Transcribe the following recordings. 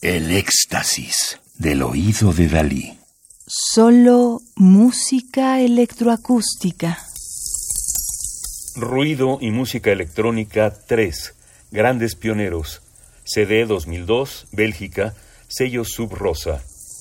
El éxtasis del oído de Dalí. Solo música electroacústica. Ruido y música electrónica 3. Grandes pioneros. CD 2002, Bélgica, sello Sub Rosa.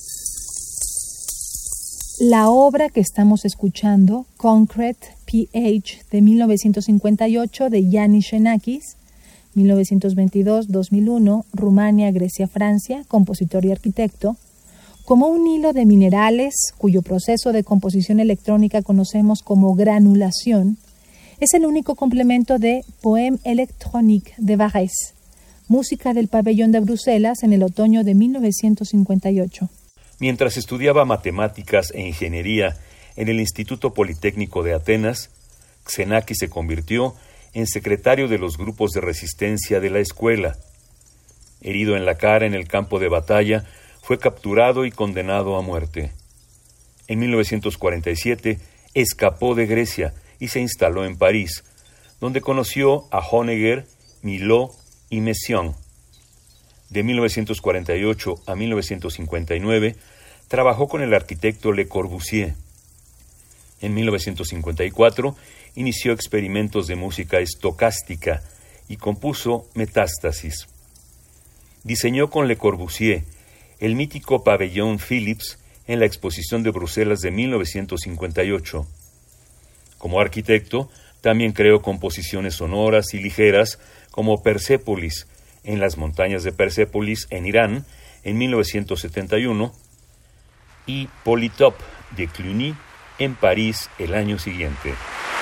La obra que estamos escuchando, Concrete PH, de 1958, de Yanis Xenakis, 1922-2001, Rumania, Grecia, Francia, compositor y arquitecto, como un hilo de minerales cuyo proceso de composición electrónica conocemos como granulación, es el único complemento de Poème électronique de Varese, música del pabellón de Bruselas en el otoño de 1958. Mientras estudiaba matemáticas e ingeniería en el Instituto Politécnico de Atenas, Xenakis se convirtió en secretario de los grupos de resistencia de la escuela. Herido en la cara en el campo de batalla, fue capturado y condenado a muerte. En 1947 escapó de Grecia y se instaló en París, donde conoció a Honegger, Milhaud y Messiaen. De 1948 a 1959 trabajó con el arquitecto Le Corbusier. En 1954 inició experimentos de música estocástica y compuso Metástasis. Diseñó con Le Corbusier el mítico pabellón Philips en la exposición de Bruselas de 1958. Como arquitecto, también creó composiciones sonoras y ligeras como Persépolis, en las montañas de Persépolis, en Irán, en 1971, y Polytop de Cluny, en París, el año siguiente.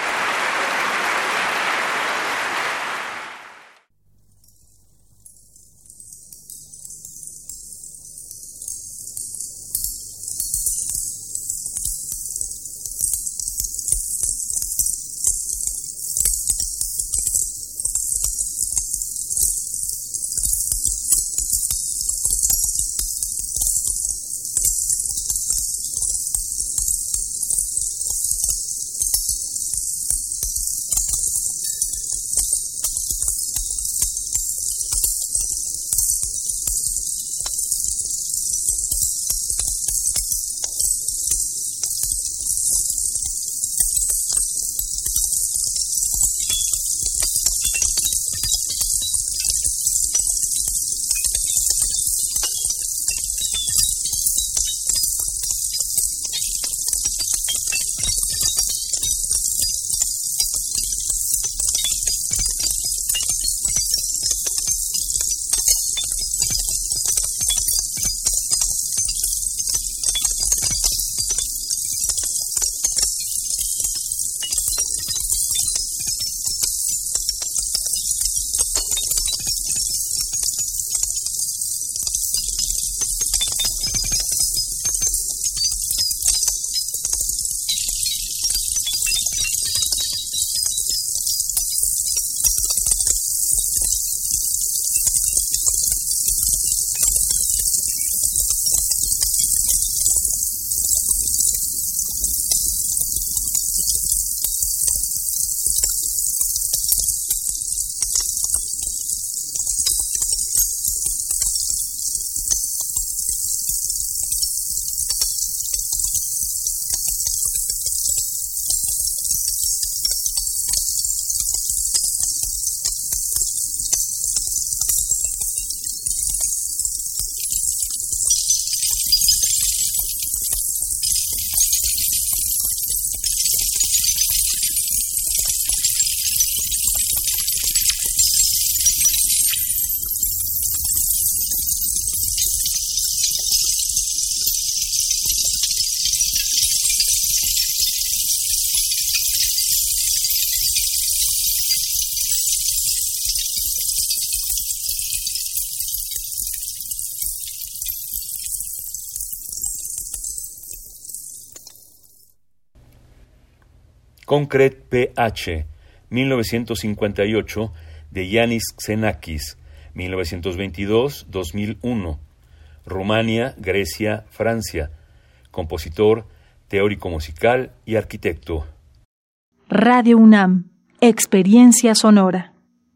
Concrete PH, 1958, de Yanis Xenakis, 1922-2001, Rumania, Grecia, Francia, compositor, teórico musical y arquitecto. Radio UNAM, experiencia sonora.